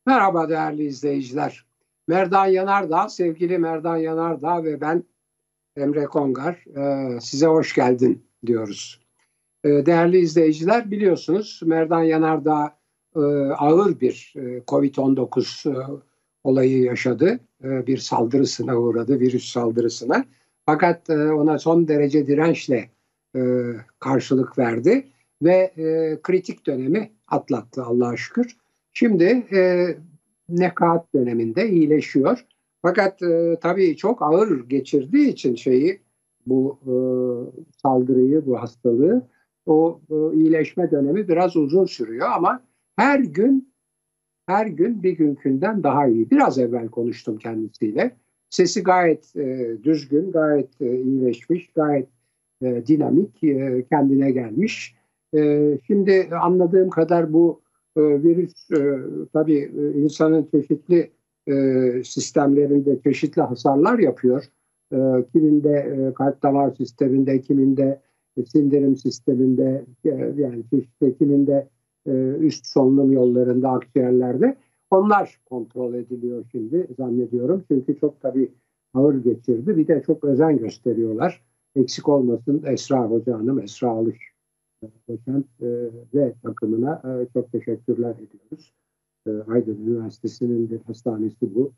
Merhaba değerli izleyiciler. Merdan Yanardağ, sevgili Merdan Yanardağ ve ben Emre Kongar size hoş geldin diyoruz. Değerli izleyiciler, biliyorsunuz Merdan Yanardağ ağır bir Covid-19 olayı yaşadı. Bir saldırısına uğradı, virüs saldırısına. Fakat ona son derece dirençle karşılık verdi ve kritik dönemi atlattı Allah'a şükür. Şimdi nekaat döneminde iyileşiyor. Fakat tabii çok ağır geçirdiği için bu saldırıyı, bu hastalığı, iyileşme dönemi biraz uzun sürüyor ama her gün bir günkünden daha iyi. Biraz evvel konuştum kendisiyle. Sesi gayet düzgün, gayet iyileşmiş, gayet dinamik, kendine gelmiş. Şimdi anladığım kadar bu virüs tabii insanın çeşitli sistemlerinde çeşitli hasarlar yapıyor. Kiminde kalp damar sisteminde, kiminde sindirim sisteminde, yani çeşitli, kiminde üst solunum yollarında, akciğerlerde. Onlar kontrol ediliyor şimdi zannediyorum. Çünkü çok tabii ağır geçirdi. Bir de çok özen gösteriyorlar. Eksik olmasın Esra Hoca Hanım, Esra Alış Hocam ve takımına çok teşekkürler ediyoruz. Aydın Üniversitesi'nin bir hastanesi bu.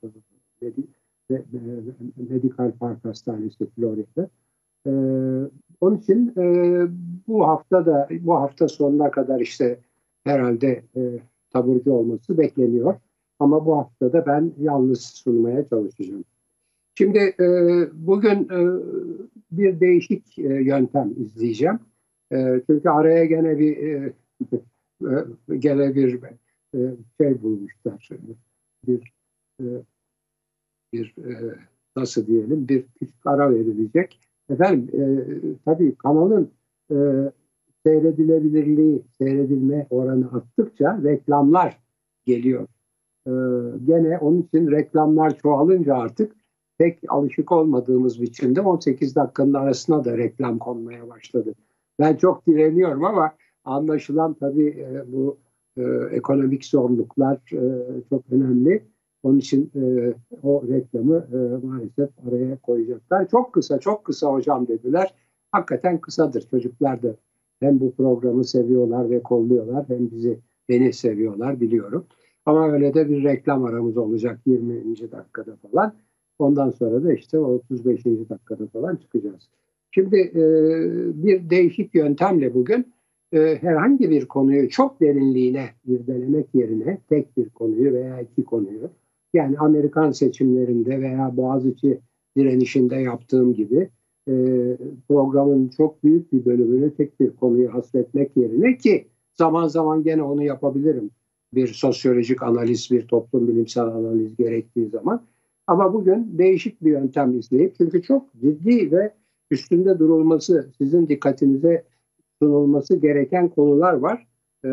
Medical Park Hastanesi Florya'da. Onun için bu hafta sonuna kadar işte herhalde taburcu olması bekleniyor. Ama bu hafta da ben yalnız sunmaya çalışacağım. Şimdi bugün bir değişik yöntem izleyeceğim. Çünkü araya gene bir şey bulmuşlar. Bir nasıl diyelim, bir küçük ara verilecek. Efendim tabii kanalın seyredilme oranı arttıkça reklamlar geliyor. Gene onun için reklamlar çoğalınca artık pek alışık olmadığımız biçimde 18 dakikanın arasına da reklam konmaya başladı. Ben çok direniyorum ama anlaşılan tabii bu ekonomik zorluklar çok önemli. Onun için o reklamı maalesef araya koyacaklar. Çok kısa hocam dediler. Hakikaten kısadır. Çocuklar da hem bu programı seviyorlar ve kolluyorlar, hem beni seviyorlar biliyorum. Ama öyle de bir reklam aramız olacak 20. dakikada falan. Ondan sonra da işte 35. dakikada falan çıkacağız. Şimdi bir değişik yöntemle bugün herhangi bir konuyu çok derinliğine irdelemek yerine tek bir konuyu veya iki konuyu, yani Amerikan seçimlerinde veya Boğaziçi direnişinde yaptığım gibi programın çok büyük bir bölümünü tek bir konuyu hasretmek yerine, ki zaman zaman gene onu yapabilirim. Bir sosyolojik analiz, bir toplum bilimsel analiz gerektiği zaman. Ama bugün değişik bir yöntem izleyip, çünkü çok ciddi ve üstünde durulması, sizin dikkatinize sunulması gereken konular var.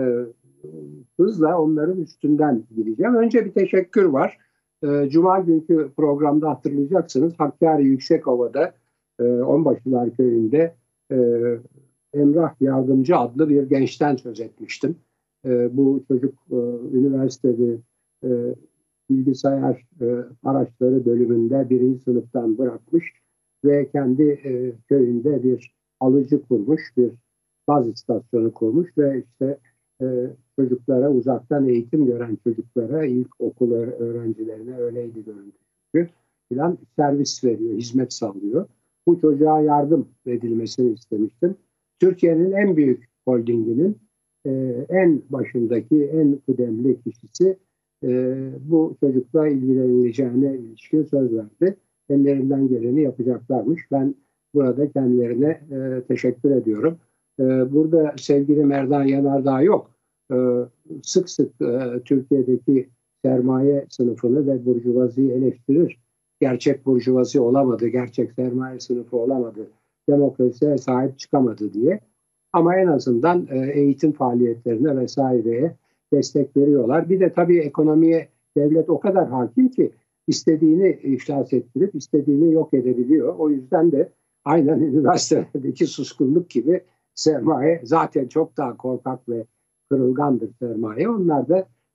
Hızla onların üstünden gideceğim. Önce bir teşekkür var. Cuma günkü programda hatırlayacaksınız, Hakkari Yüksekova'da Onbaşılar Köyü'nde Emrah Yardımcı adlı bir gençten söz etmiştim. Bu çocuk üniversitede bilgisayar araçları bölümünde 1. sınıftan bırakmış ve kendi köyünde bir alıcı kurmuş, bir baz istasyonu kurmuş ve işte çocuklara, uzaktan eğitim gören çocuklara, ilkokul öğrencilerine, öyleydi görüntü filan, servis veriyor, hizmet sağlıyor. Bu çocuğa yardım edilmesini istemiştim. Türkiye'nin en büyük holdinginin en başındaki, en kıdemli kişisi bu çocukla ilgilenileceğine ilişkin söz verdi. Ellerinden geleni yapacaklarmış. Ben burada kendilerine teşekkür ediyorum. Burada sevgili Merdan Yanardağ yok. Sık sık Türkiye'deki sermaye sınıfını ve burjuvaziyi eleştirir. Gerçek burjuvazi olamadı, gerçek sermaye sınıfı olamadı, demokrasiye sahip çıkamadı diye. Ama en azından eğitim faaliyetlerine vesaireye destek veriyorlar. Bir de tabii ekonomiye devlet o kadar hakim ki istediğini iflas ettirip istediğini yok edebiliyor. O yüzden de aynen üniversitelerdeki suskunluk gibi sermaye zaten çok daha korkak ve kırılgandır sermaye. Onlar da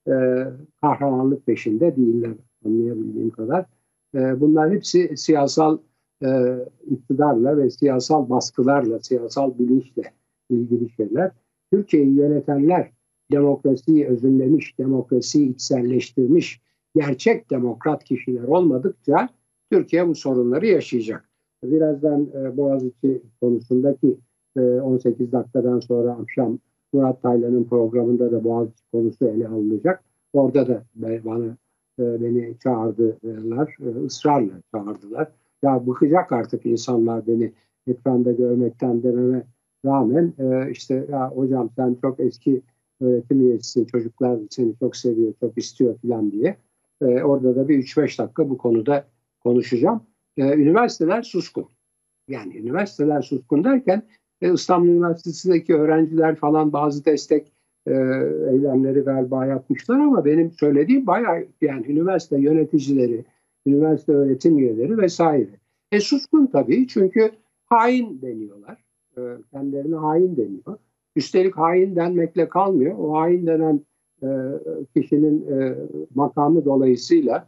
e, kahramanlık peşinde değiller anlayabildiğim kadar. Bunlar hepsi siyasal iktidarla ve siyasal baskılarla, siyasal bilinçle ilgili şeyler. Türkiye'yi yönetenler demokrasiyi özümlemiş, demokrasiyi içselleştirmiş, gerçek demokrat kişiler olmadıkça Türkiye bu sorunları yaşayacak. Birazdan Boğaziçi konusundaki 18 dakikadan sonra akşam Murat Taylan'ın programında da Boğaziçi konusu ele alınacak. Orada da beni çağırdılar, ısrarla çağırdılar. Ya bıkacak artık insanlar beni ekranda görmekten dememe rağmen işte ya hocam sen çok eski öğretim üyesisin, çocuklar seni çok seviyor, çok istiyor falan diye. Orada da bir 3-5 dakika bu konuda konuşacağım. Üniversiteler suskun. Yani üniversiteler suskun derken İstanbul Üniversitesi'ndeki öğrenciler falan bazı destek eylemleri galiba yapmışlar ama benim söylediğim bayağı yani üniversite yöneticileri, üniversite öğretim üyeleri vesaire. Suskun tabii çünkü hain deniyorlar. Kendilerine hain deniyor. Üstelik hain denmekle kalmıyor. O hain denen kişinin makamı dolayısıyla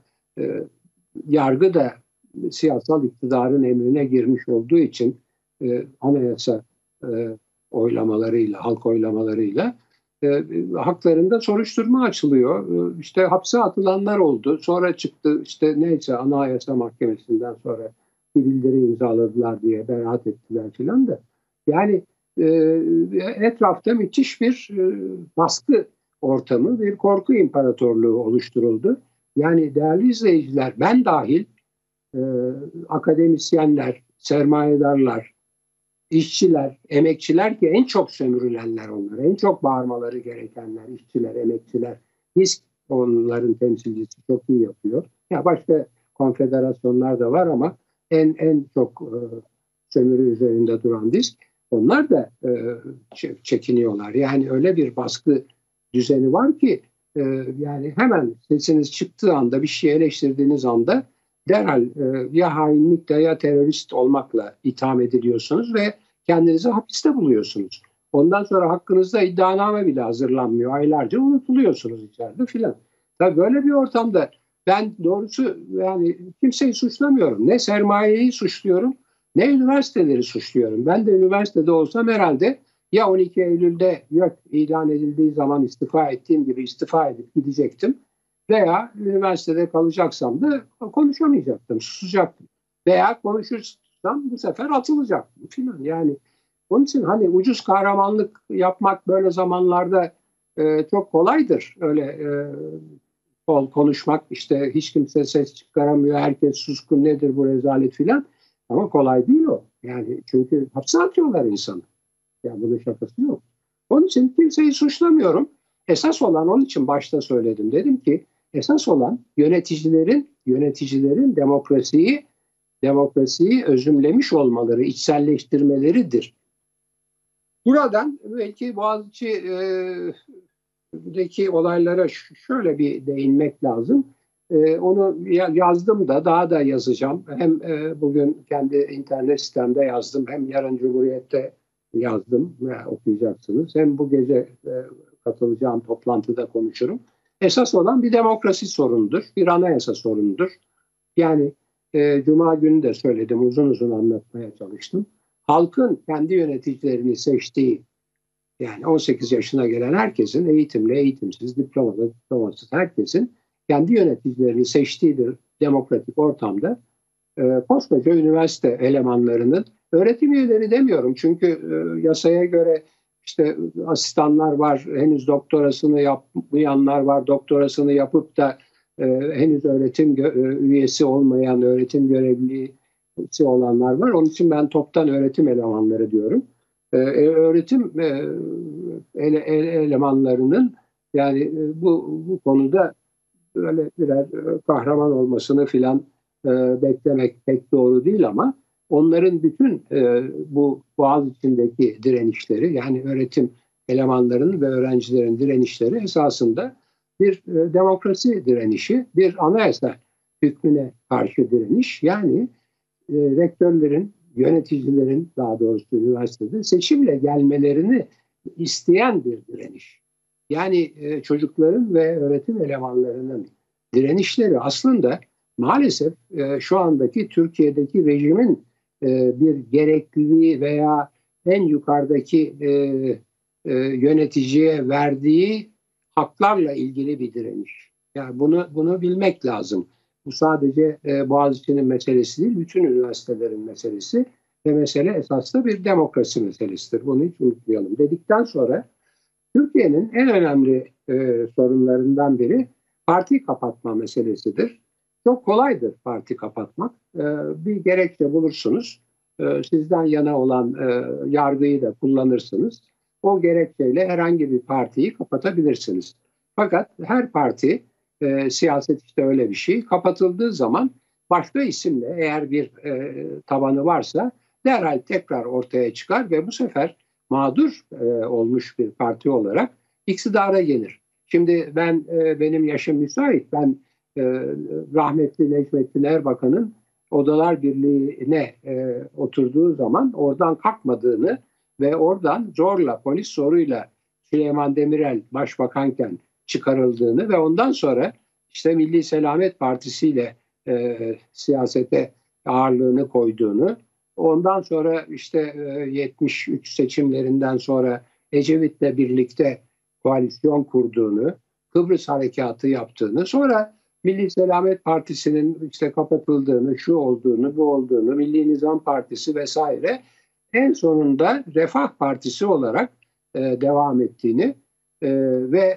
yargı da siyasal iktidarın emrine girmiş olduğu için anayasa oylamalarıyla, halk oylamalarıyla haklarında soruşturma açılıyor. İşte hapse atılanlar oldu. Sonra çıktı işte neyse Anayasa Mahkemesi'nden sonra bir bildiri imzaladılar diye beraat ettiler filan da. Yani etrafta müthiş bir baskı ortamı, bir korku imparatorluğu oluşturuldu. Yani değerli izleyiciler, ben dahil akademisyenler, sermayedarlar, işçiler, emekçiler ki en çok sömürülenler onlar, en çok bağırmaları gerekenler, işçiler, emekçiler. Biz onların temsilcisi çok iyi yapıyor. Ya başka konfederasyonlar da var ama en çok sömürü üzerinde duran disk. Onlar da çekiniyorlar. Yani öyle bir baskı düzeni var ki yani hemen sesiniz çıktığı anda bir şey eleştirdiğiniz anda derhal ya hainlikle ya terörist olmakla itham ediliyorsunuz ve kendinizi hapiste buluyorsunuz. Ondan sonra hakkınızda iddianame bile hazırlanmıyor. Aylarca unutuluyorsunuz içeride filan. Tabii böyle bir ortamda ben doğrusu yani kimseyi suçlamıyorum. Ne sermayeyi suçluyorum ne üniversiteleri suçluyorum. Ben de üniversitede olsam herhalde ya 12 Eylül'de yok ilan edildiği zaman istifa ettiğim gibi istifa edip gidecektim. Veya üniversitede kalacaksam da konuşamayacaktım, susacaktım. Veya konuşursam bu sefer atılacaktım filan. Yani onun için hani ucuz kahramanlık yapmak böyle zamanlarda çok kolaydır. Öyle konuşmak işte hiç kimse ses çıkaramıyor, herkes suskun nedir bu rezalet filan. Ama kolay değil o. Yani çünkü hapse atıyorlar insanı. Yani bunun şakası yok. Onun için kimseyi suçlamıyorum. Esas olan onun için başta söyledim. Dedim ki esas olan yöneticilerin demokrasiyi özümlemiş olmaları, içselleştirmeleridir. Buradan belki Boğaziçi'deki olaylara şöyle bir değinmek lazım. Onu yazdım da daha da yazacağım. Hem bugün kendi internet sitemde yazdım hem yarın Cumhuriyet'te yazdım okuyacaksınız. Hem bu gece katılacağım toplantıda konuşurum. Esas olan bir demokrasi sorunudur, bir anayasa sorunudur. Yani Cuma günü de söyledim, uzun uzun anlatmaya çalıştım. Halkın kendi yöneticilerini seçtiği, yani 18 yaşına gelen herkesin, eğitimli, eğitimsiz, diplomalı, diplomasız herkesin kendi yöneticilerini seçtiği bir demokratik ortamda koskoca üniversite elemanlarının öğretim üyeleri demiyorum. Çünkü yasaya göre işte asistanlar var, henüz doktorasını yapmayanlar var, doktorasını yapıp da henüz öğretim üyesi olmayan, öğretim görevlisi olanlar var. Onun için ben toptan öğretim elemanları diyorum. Öğretim elemanlarının yani bu konuda böyle birer kahraman olmasını filan beklemek pek doğru değil ama onların bütün bu Boğaz içindeki direnişleri yani öğretim elemanlarının ve öğrencilerin direnişleri esasında bir demokrasi direnişi, bir anayasa hükmüne karşı direniş. Yani rektörlerin, yöneticilerin daha doğrusu üniversitede seçimle gelmelerini isteyen bir direniş. Yani çocukların ve öğretim elemanlarının direnişleri aslında maalesef şu andaki Türkiye'deki rejimin bir gerekliliği veya en yukarıdaki yöneticiye verdiği haklarla ilgili bir direniş. Yani bunu bilmek lazım. Bu sadece Boğaziçi'nin meselesi değil, bütün üniversitelerin meselesi ve mesele esas da bir demokrasi meselesidir. Bunu hiç unutmayalım. Dedikten sonra Türkiye'nin en önemli sorunlarından biri parti kapatma meselesidir. Çok kolaydır parti kapatmak. Bir gerekçe bulursunuz. Sizden yana olan yargıyı da kullanırsınız. O gerekçeyle herhangi bir partiyi kapatabilirsiniz. Fakat her parti, siyaset işte öyle bir şey, kapatıldığı zaman başka isimle eğer bir tabanı varsa derhal tekrar ortaya çıkar ve bu sefer mağdur olmuş bir parti olarak iktidara gelir. Şimdi benim yaşım müsait. Ben rahmetli Necmettin Erbakan'ın Odalar Birliği'ne oturduğu zaman oradan kalkmadığını ve oradan zorla polis zoruyla Süleyman Demirel başbakanken çıkarıldığını ve ondan sonra işte Milli Selamet Partisi ile siyasete ağırlığını koyduğunu, ondan sonra işte 73 seçimlerinden sonra Ecevit'le birlikte koalisyon kurduğunu, Kıbrıs harekatı yaptığını, sonra Milli Selamet Partisi'nin işte kapatıldığını, şu olduğunu, bu olduğunu, Milli Nizam Partisi vesaire, en sonunda Refah Partisi olarak devam ettiğini ve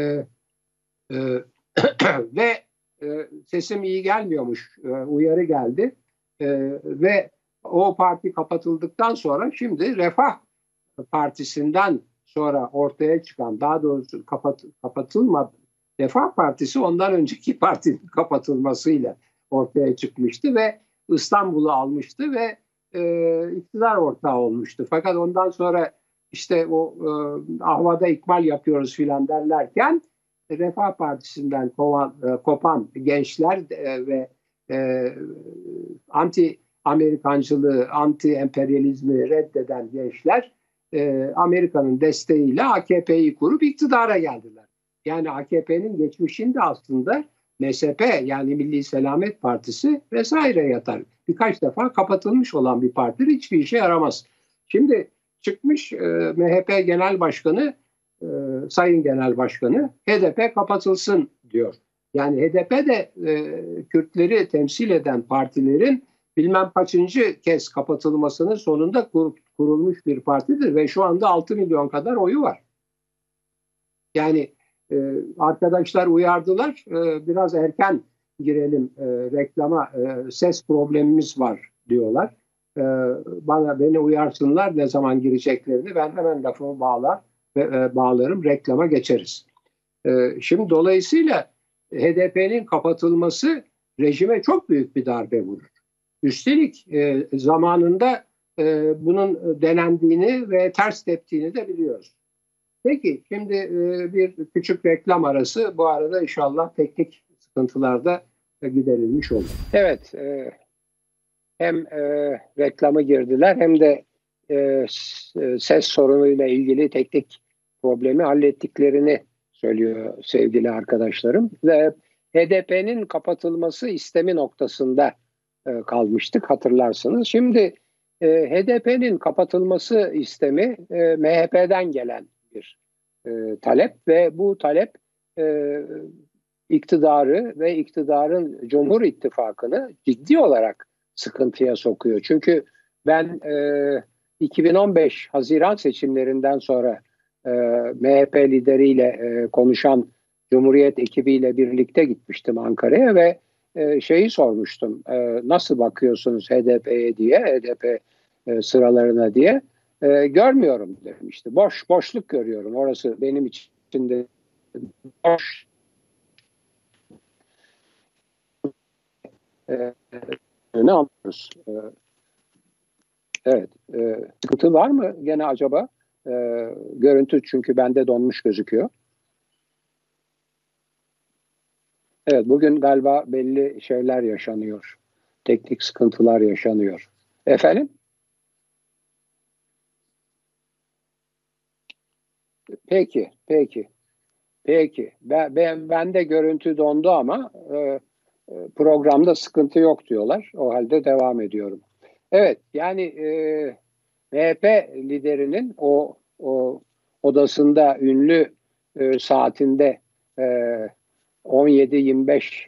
e, ve sesim iyi gelmiyormuş, uyarı geldi ve o parti kapatıldıktan sonra şimdi Refah Partisi'nden sonra ortaya çıkan, daha doğrusu kapatılmadı. Refah Partisi ondan önceki partinin kapatılmasıyla ortaya çıkmıştı ve İstanbul'u almıştı ve iktidar ortağı olmuştu. Fakat ondan sonra işte o ahvada ikmal yapıyoruz filan derlerken Refah Partisi'nden kopan gençler ve anti Amerikancılığı, anti emperyalizmi reddeden gençler Amerika'nın desteğiyle AKP'yi kurup iktidara geldiler. Yani AKP'nin geçmişinde aslında MSP yani Milli Selamet Partisi vesaire yatar. Birkaç defa kapatılmış olan bir partidir, hiçbir işe yaramaz. Şimdi çıkmış MHP Genel Başkanı, Sayın Genel Başkanı HDP kapatılsın diyor. Yani HDP de Kürtleri temsil eden partilerin bilmem kaçıncı kez kapatılmasının sonunda kurulmuş bir partidir ve şu anda 6 milyon kadar oyu var. Yani arkadaşlar uyardılar, biraz erken girelim reklama, ses problemimiz var diyorlar. Beni uyarsınlar ne zaman gireceklerini, ben hemen lafımı bağlarım, reklama geçeriz. Şimdi dolayısıyla HDP'nin kapatılması rejime çok büyük bir darbe vurur. Üstelik zamanında bunun denendiğini ve ters teptiğini de biliyoruz. Peki şimdi bir küçük reklam arası. Bu arada inşallah teknik sıkıntılar da giderilmiş olur. Evet, hem reklamı girdiler hem de ses sorunuyla ilgili teknik problemi hallettiklerini söylüyor sevgili arkadaşlarım. Ve HDP'nin kapatılması istemi noktasında kalmıştık, hatırlarsınız. Şimdi HDP'nin kapatılması istemi MHP'den gelen bir talep ve bu talep iktidarı ve iktidarın Cumhur İttifakı'nı ciddi olarak sıkıntıya sokuyor. Çünkü ben 2015 Haziran seçimlerinden sonra MHP lideriyle konuşan Cumhuriyet ekibiyle birlikte gitmiştim Ankara'ya ve şeyi sormuştum. Nasıl bakıyorsunuz HDP'ye diye, HDP sıralarına diye. Görmüyorum demişti. Boşluk görüyorum. Orası benim için de boş. Ne anlıyoruz? Evet. Sıkıntı var mı gene acaba? Görüntü çünkü bende donmuş gözüküyor. Evet, bugün galiba belli şeyler yaşanıyor. Teknik sıkıntılar yaşanıyor. Efendim? Peki. Peki. Ben de görüntü dondu ama programda sıkıntı yok diyorlar. O halde devam ediyorum. Evet, yani MHP liderinin o odasında ünlü saatinde e, 17:25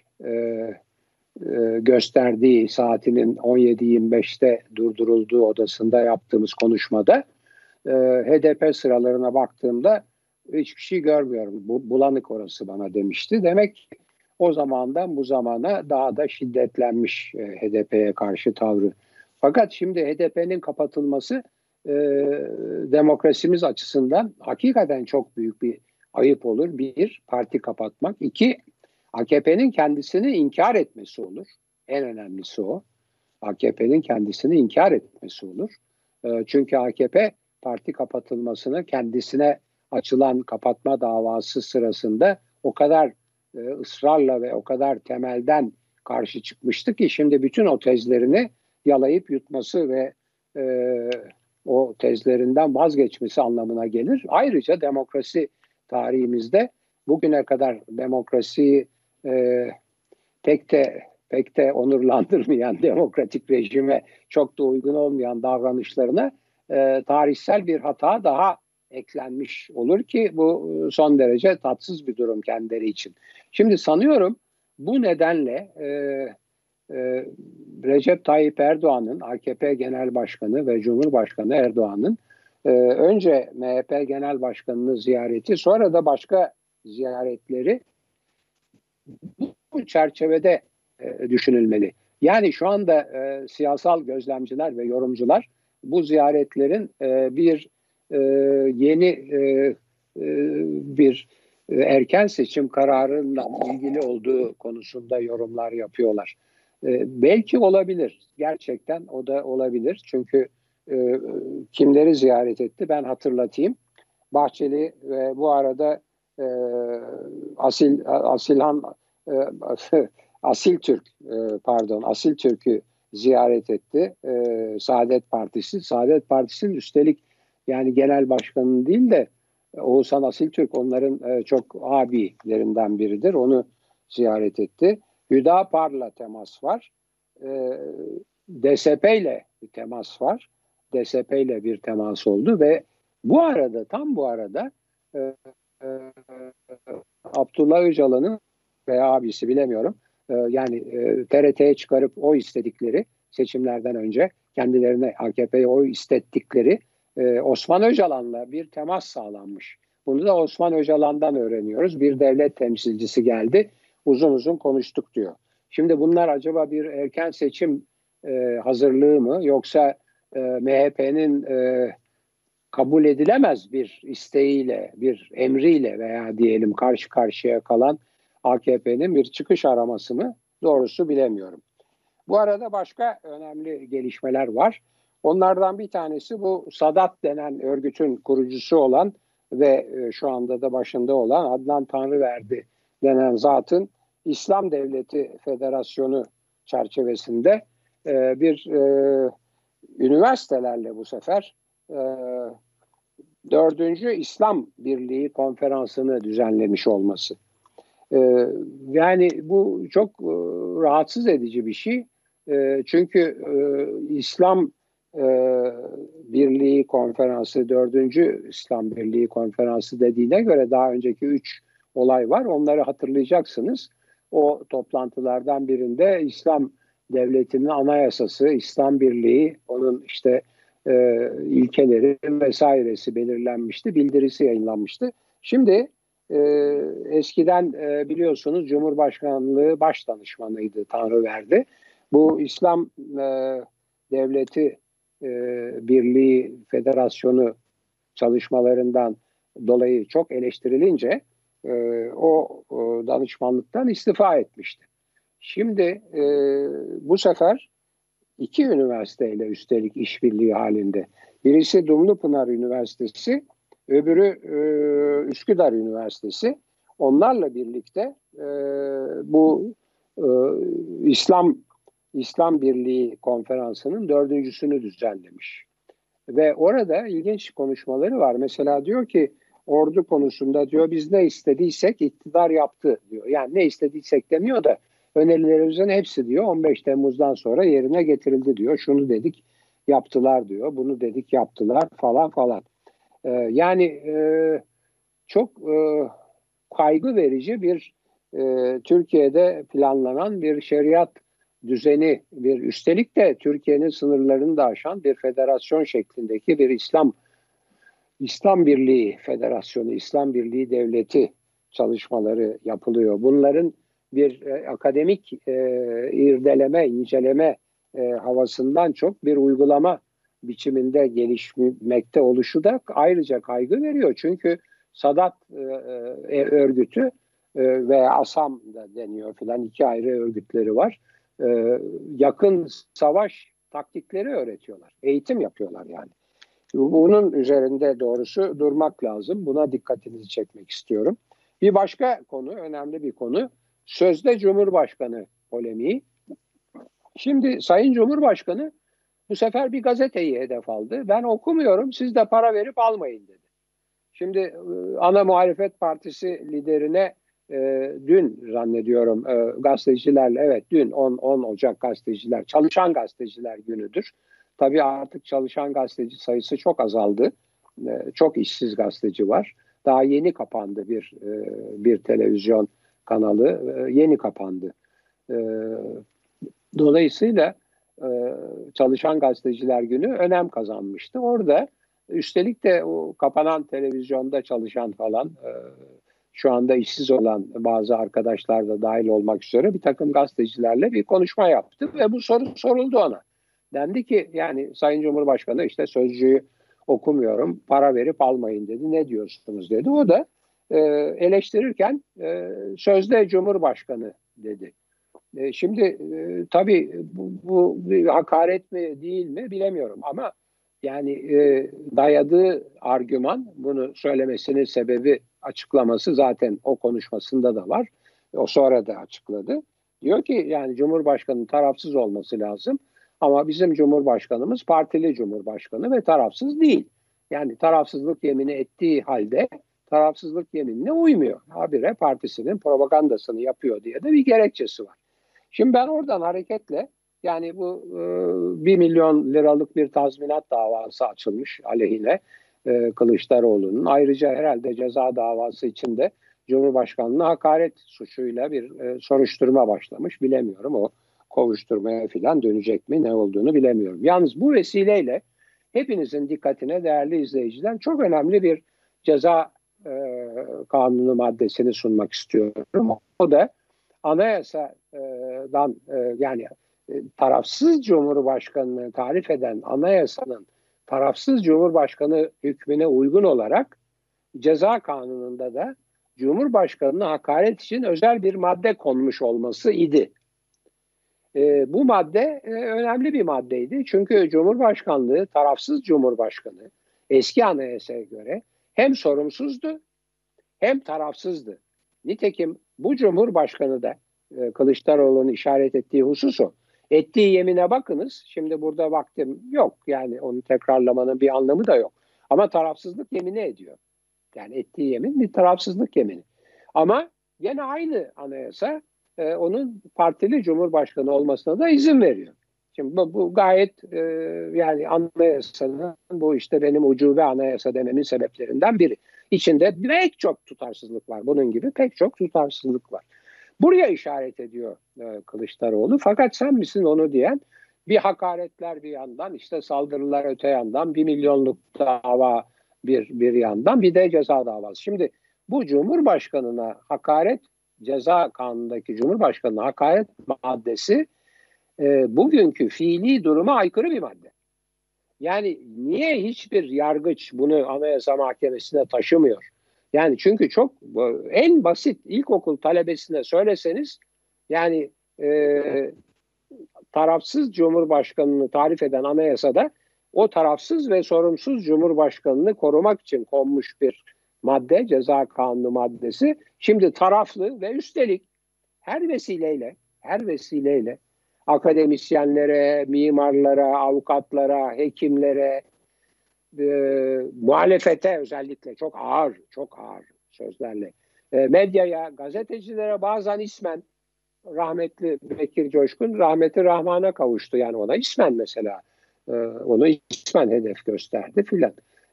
gösterdiği saatinin 17:25'te durdurulduğu odasında yaptığımız konuşmada HDP sıralarına baktığımda hiçbir şey görmüyorum. Bulanık orası bana demişti. Demek ki o zamandan bu zamana daha da şiddetlenmiş HDP'ye karşı tavrı. Fakat şimdi HDP'nin kapatılması demokrasimiz açısından hakikaten çok büyük bir ayıp olur. Bir, parti kapatmak. İki, AKP'nin kendisini inkar etmesi olur. En önemlisi o. AKP'nin kendisini inkar etmesi olur. Çünkü AKP parti kapatılmasını kendisine açılan kapatma davası sırasında o kadar ısrarla ve o kadar temelden karşı çıkmıştı ki şimdi bütün o tezlerini yalayıp yutması ve o tezlerinden vazgeçmesi anlamına gelir. Ayrıca demokrasi tarihimizde bugüne kadar demokrasiyi pek de onurlandırmayan demokratik rejime çok da uygun olmayan davranışlarına tarihsel bir hata daha eklenmiş olur ki bu son derece tatsız bir durum kendileri için. Şimdi sanıyorum bu nedenle Recep Tayyip Erdoğan'ın, AKP Genel Başkanı ve Cumhurbaşkanı Erdoğan'ın önce MHP Genel Başkanı'nı ziyareti, sonra da başka ziyaretleri bu çerçevede düşünülmeli. Yani şu anda siyasal gözlemciler ve yorumcular bu ziyaretlerin bir yeni bir erken seçim kararıyla ilgili olduğu konusunda yorumlar yapıyorlar. Belki olabilir. Gerçekten o da olabilir. Çünkü kimleri ziyaret etti ben hatırlatayım. Bahçeli ve bu arada Asilhan Asil Türk Asil Türk'ü ziyaret etti. Saadet Partisi. Saadet Partisi'nin üstelik yani genel başkanı değil de Oğuzhan Asil Türk onların çok abilerinden biridir. Onu ziyaret etti. Hüdapar'la temas var. DSP ile bir temas var. DSP ile bir temas oldu ve tam bu arada Abdullah Öcalan'ın veya abisi bilemiyorum yani TRT'ye çıkarıp oy istedikleri seçimlerden önce kendilerine AKP'ye oy istettikleri Osman Öcalan'la bir temas sağlanmış. Bunu da Osman Öcalan'dan öğreniyoruz. Bir devlet temsilcisi geldi. Uzun uzun konuştuk diyor. Şimdi bunlar acaba bir erken seçim hazırlığı mı yoksa MHP'nin kabul edilemez bir isteğiyle, bir emriyle veya diyelim karşı karşıya kalan AKP'nin bir çıkış araması mı? Doğrusu bilemiyorum. Bu arada başka önemli gelişmeler var. Onlardan bir tanesi bu Sadat denen örgütün kurucusu olan ve şu anda da başında olan Adnan Tanrıverdi denen zatın İslam Devleti Federasyonu çerçevesinde bir üniversitelerle bu sefer 4. İslam Birliği konferansını düzenlemiş olması. Yani bu çok rahatsız edici bir şey. Çünkü İslam Birliği Konferansı, 4. İslam Birliği Konferansı dediğine göre daha önceki 3 olay var. Onları hatırlayacaksınız. O toplantılardan birinde İslam Devleti'nin anayasası, İslam Birliği, onun işte ilkeleri vesairesi belirlenmişti. Bildirisi yayınlanmıştı. Şimdi eskiden biliyorsunuz Cumhurbaşkanlığı Başdanışmanıydı Tanrıverdi. Bu İslam Devleti Birliği Federasyonu çalışmalarından dolayı çok eleştirilince o danışmanlıktan istifa etmişti. Şimdi bu sefer 2 üniversiteyle üstelik işbirliği halinde. Birisi Dumlupınar Üniversitesi, öbürü Üsküdar Üniversitesi. Onlarla birlikte bu İslam Birliği Konferansı'nın 4.'sünü düzenlemiş. Ve orada ilginç konuşmaları var. Mesela diyor ki ordu konusunda diyor biz ne istediysek iktidar yaptı diyor. Yani ne istediysek demiyor da önerilerimizin hepsi diyor 15 Temmuz'dan sonra yerine getirildi diyor. Şunu dedik yaptılar diyor. Bunu dedik yaptılar falan falan. Çok kaygı verici bir Türkiye'de planlanan bir şeriat düzeni, bir üstelik de Türkiye'nin sınırlarını da aşan bir federasyon şeklindeki bir İslam Birliği Federasyonu, İslam Birliği Devleti çalışmaları yapılıyor. Bunların bir akademik irdeleme, inceleme havasından çok bir uygulama biçiminde gelişmekte oluşu da ayrıca kaygı veriyor. Çünkü Sadat örgütü ve ASAM da deniyor filan, iki ayrı örgütleri var. Yakın savaş taktikleri öğretiyorlar. Eğitim yapıyorlar yani. Bunun üzerinde doğrusu durmak lazım. Buna dikkatinizi çekmek istiyorum. Bir başka konu, önemli bir konu. Sözde Cumhurbaşkanı polemiği. Şimdi Sayın Cumhurbaşkanı bu sefer bir gazeteyi hedef aldı. Ben okumuyorum, siz de para verip almayın dedi. Şimdi ana muhalefet partisi liderine dün zannediyorum gazetecilerle, evet dün 10 Ocak gazeteciler, çalışan gazeteciler günüdür. Tabii artık çalışan gazeteci sayısı çok azaldı. Çok işsiz gazeteci var. Daha yeni kapandı bir televizyon kanalı, yeni kapandı. Dolayısıyla Çalışan Gazeteciler Günü önem kazanmıştı. Orada üstelik de o kapanan televizyonda çalışan falan şu anda işsiz olan bazı arkadaşlar da dahil olmak üzere bir takım gazetecilerle bir konuşma yaptı ve bu soru soruldu ona. Dendi ki yani Sayın Cumhurbaşkanı işte Sözcü'yü okumuyorum, para verip almayın dedi. Ne diyorsunuz dedi. O da eleştirirken sözde Cumhurbaşkanı dedi. Şimdi tabii bu bir hakaret mi değil mi bilemiyorum ama yani dayadığı argüman, bunu söylemesinin sebebi, açıklaması zaten o konuşmasında da var. O sonra da açıkladı. Diyor ki yani Cumhurbaşkanı'nın tarafsız olması lazım ama bizim Cumhurbaşkanımız partili Cumhurbaşkanı ve tarafsız değil. Yani tarafsızlık yemini ettiği halde tarafsızlık yeminine uymuyor. Habire partisinin propagandasını yapıyor diye de bir gerekçesi var. Şimdi ben oradan hareketle yani bu 1 milyon liralık bir tazminat davası açılmış aleyhine Kılıçdaroğlu'nun. Ayrıca herhalde ceza davası içinde Cumhurbaşkanlığına hakaret suçuyla bir soruşturma başlamış. Bilemiyorum, o kovuşturmaya falan dönecek mi, ne olduğunu bilemiyorum. Yalnız bu vesileyle hepinizin dikkatine değerli izleyiciler çok önemli bir ceza kanunu maddesini sunmak istiyorum. O da anayasadan yani tarafsız Cumhurbaşkanı'nı tarif eden anayasanın tarafsız Cumhurbaşkanı hükmüne uygun olarak ceza kanununda da Cumhurbaşkanı'na hakaret için özel bir madde konmuş olması idi. Bu madde önemli bir maddeydi. Çünkü Cumhurbaşkanlığı, tarafsız Cumhurbaşkanı eski anayasaya göre hem sorumsuzdu hem tarafsızdı. Nitekim bu Cumhurbaşkanı da Kılıçdaroğlu'nun işaret ettiği husus o. Ettiği yemine bakınız. Şimdi burada vaktim yok. Yani onu tekrarlamanın bir anlamı da yok. Ama tarafsızlık yemini ediyor. Yani ettiği yemin bir tarafsızlık yemini. Ama yine aynı anayasa onun partili Cumhurbaşkanı olmasına da izin veriyor. Şimdi bu gayet yani anayasanın, bu işte benim ucube anayasa dememin sebeplerinden biri. İçinde pek çok tutarsızlık var. Bunun gibi pek çok tutarsızlık var. Buraya işaret ediyor Kılıçdaroğlu. Fakat sen misin onu diyen? Bir hakaretler bir yandan, işte saldırılar öte yandan, 1 milyonluk dava bir yandan, bir de ceza davası. Şimdi bu Cumhurbaşkanına hakaret, ceza kanunundaki Cumhurbaşkanına hakaret maddesi bugünkü fiili duruma aykırı bir madde. Yani niye hiçbir yargıç bunu Anayasa Mahkemesi'ne taşımıyor? Yani çünkü çok en basit ilkokul talebesine söyleseniz yani tarafsız Cumhurbaşkanı'nı tarif eden anayasada o tarafsız ve sorumsuz Cumhurbaşkanı'nı korumak için konmuş bir madde, ceza kanunu maddesi. Şimdi taraflı ve üstelik her vesileyle akademisyenlere, mimarlara, avukatlara, hekimlere, muhalefete özellikle çok ağır sözlerle, medyaya, gazetecilere bazen ismen, rahmetli Bekir Coşkun rahmeti Rahman'a kavuştu. Yani ona ismen mesela onu ismen hedef gösterdi filan.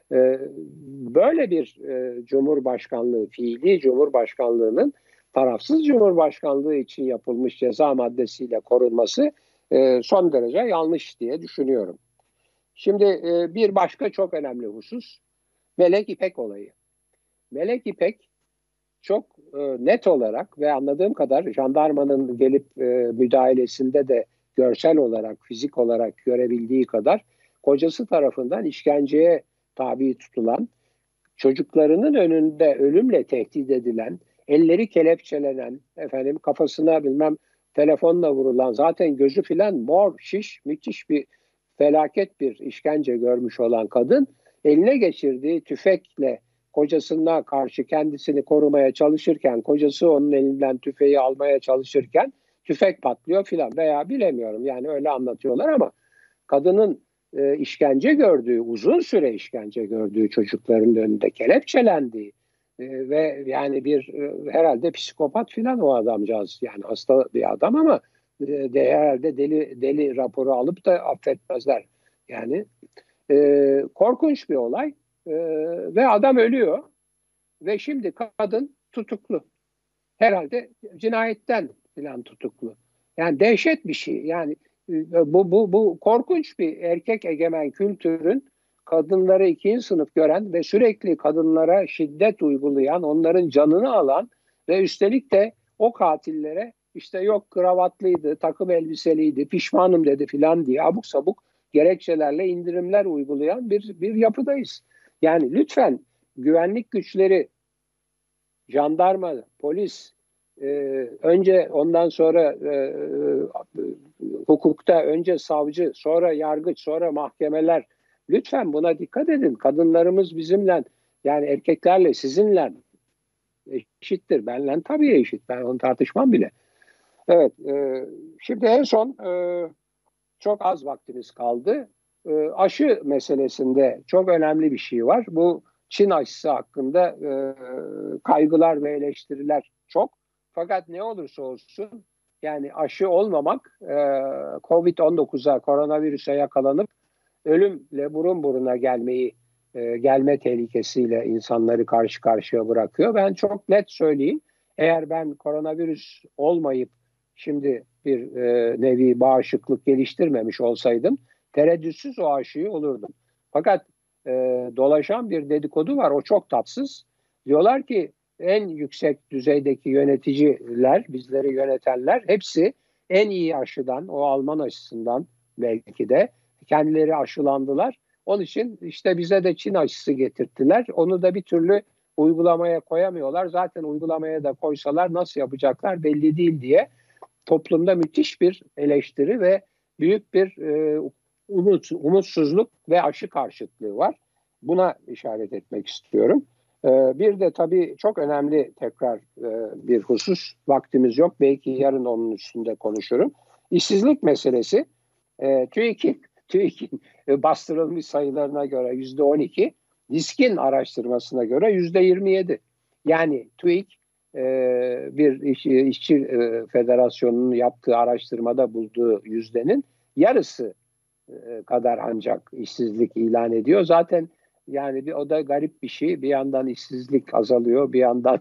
Böyle bir cumhurbaşkanlığı, fiili cumhurbaşkanlığının tarafsız cumhurbaşkanlığı için yapılmış ceza maddesiyle korunması son derece yanlış diye düşünüyorum. Şimdi bir başka çok önemli husus Melek İpek olayı. Melek İpek çok net olarak ve anladığım kadar jandarmanın gelip müdahalesinde de görsel olarak, fizik olarak görebildiği kadar kocası tarafından işkenceye tabi tutulan, çocuklarının önünde ölümle tehdit edilen, elleri kelepçelenen, efendim kafasına bilmem telefonla vurulan, zaten gözü filan mor, şiş, müthiş bir felaket bir işkence görmüş olan kadın, eline geçirdiği tüfekle kocasına karşı kendisini korumaya çalışırken, kocası onun elinden tüfeği almaya çalışırken tüfek patlıyor filan veya bilemiyorum, yani öyle anlatıyorlar ama kadının işkence gördüğü, uzun süre işkence gördüğü, çocukların önünde kelepçelendiği ve yani bir herhalde psikopat filan o adamcağız, yani hasta bir adam ama herhalde deli raporu alıp da affetmezler. Yani korkunç bir olay ve adam ölüyor ve şimdi kadın tutuklu. Herhalde cinayetten filan tutuklu. Yani dehşet bir şey. Yani bu korkunç bir erkek egemen kültürün kadınları ikinci sınıf gören ve sürekli kadınlara şiddet uygulayan, onların canını alan ve üstelik de o katillere işte yok kravatlıydı, takım elbiseliydi, pişmanım dedi filan diye abuk sabuk gerekçelerle indirimler uygulayan bir yapıdayız. Yani lütfen güvenlik güçleri, jandarma, polis, önce ondan sonra hukukta önce savcı, sonra yargıç, sonra mahkemeler, lütfen buna dikkat edin. Kadınlarımız bizimle, yani erkeklerle sizinle eşittir. Benle tabii eşit. Ben onu tartışmam bile. Evet. Şimdi en son çok az vaktimiz kaldı. Aşı meselesinde çok önemli bir şey var. Bu Çin aşısı hakkında kaygılar ve eleştiriler çok. Fakat ne olursa olsun yani aşı olmamak COVID-19'a, koronavirüse yakalanıp ölümle burun buruna gelme tehlikesiyle insanları karşı karşıya bırakıyor. Ben çok net söyleyeyim. Eğer ben koronavirüs olmayıp şimdi bir nevi bağışıklık geliştirmemiş olsaydım tereddütsüz o aşıyı olurdum. Fakat dolaşan bir dedikodu var, o çok tatsız. Diyorlar ki en yüksek düzeydeki yöneticiler, bizleri yönetenler hepsi en iyi aşıdan, o Alman aşısından belki de kendileri aşılandılar. Onun için işte bize de Çin aşısı getirttiler. Onu da bir türlü uygulamaya koyamıyorlar. Zaten uygulamaya da koysalar nasıl yapacaklar belli değil diye toplumda müthiş bir eleştiri ve büyük bir umutsuzluk ve aşı karşıtlığı var. Buna işaret etmek istiyorum. Bir de tabii çok önemli tekrar bir husus, vaktimiz yok. Belki yarın onun üstünde konuşurum. İşsizlik meselesi. TÜİK'in bastırılmış sayılarına göre %12, DİSK'in araştırmasına göre %27. Yani TÜİK bir işçi federasyonunun yaptığı araştırmada bulduğu yüzdenin yarısı kadar ancak işsizlik ilan ediyor. Zaten yani o da garip bir şey. Bir yandan işsizlik azalıyor, bir yandan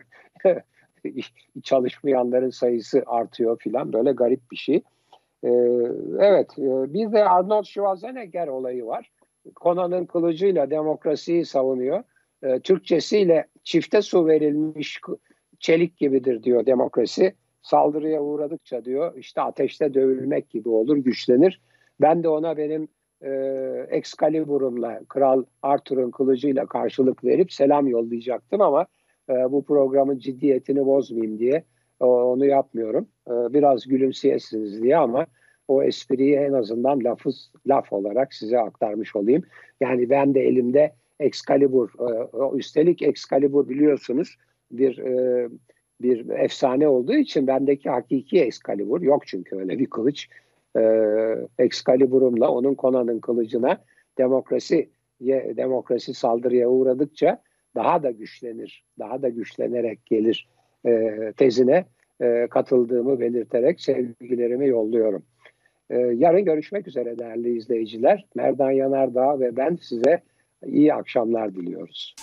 çalışmayanların sayısı artıyor filan. Böyle garip bir şey. Evet, bir de Arnold Schwarzenegger olayı var. Conan'ın kılıcıyla demokrasiyi savunuyor. Türkçesiyle çifte su verilmiş çelik gibidir diyor demokrasi. Saldırıya uğradıkça diyor işte ateşte dövülmek gibi olur, güçlenir. Ben de ona benim Excalibur'umla, Kral Arthur'un kılıcıyla karşılık verip selam yollayacaktım ama bu programın ciddiyetini bozmayayım diye onu yapmıyorum. Biraz gülümseyesiniz diye ama o espriyi en azından laf olarak size aktarmış olayım. Yani ben de elimde Excalibur, üstelik Excalibur biliyorsunuz bir efsane olduğu için bendeki hakiki Excalibur yok, çünkü öyle bir kılıç. Excalibur'umla onun Conan'ın kılıcına demokrasi demokrasi saldırıya uğradıkça daha da güçlenir, daha da güçlenerek gelir tezine katıldığımı belirterek sevgilerimi yolluyorum. Yarın görüşmek üzere değerli izleyiciler. Merdan Yanardağ ve ben size iyi akşamlar diliyoruz.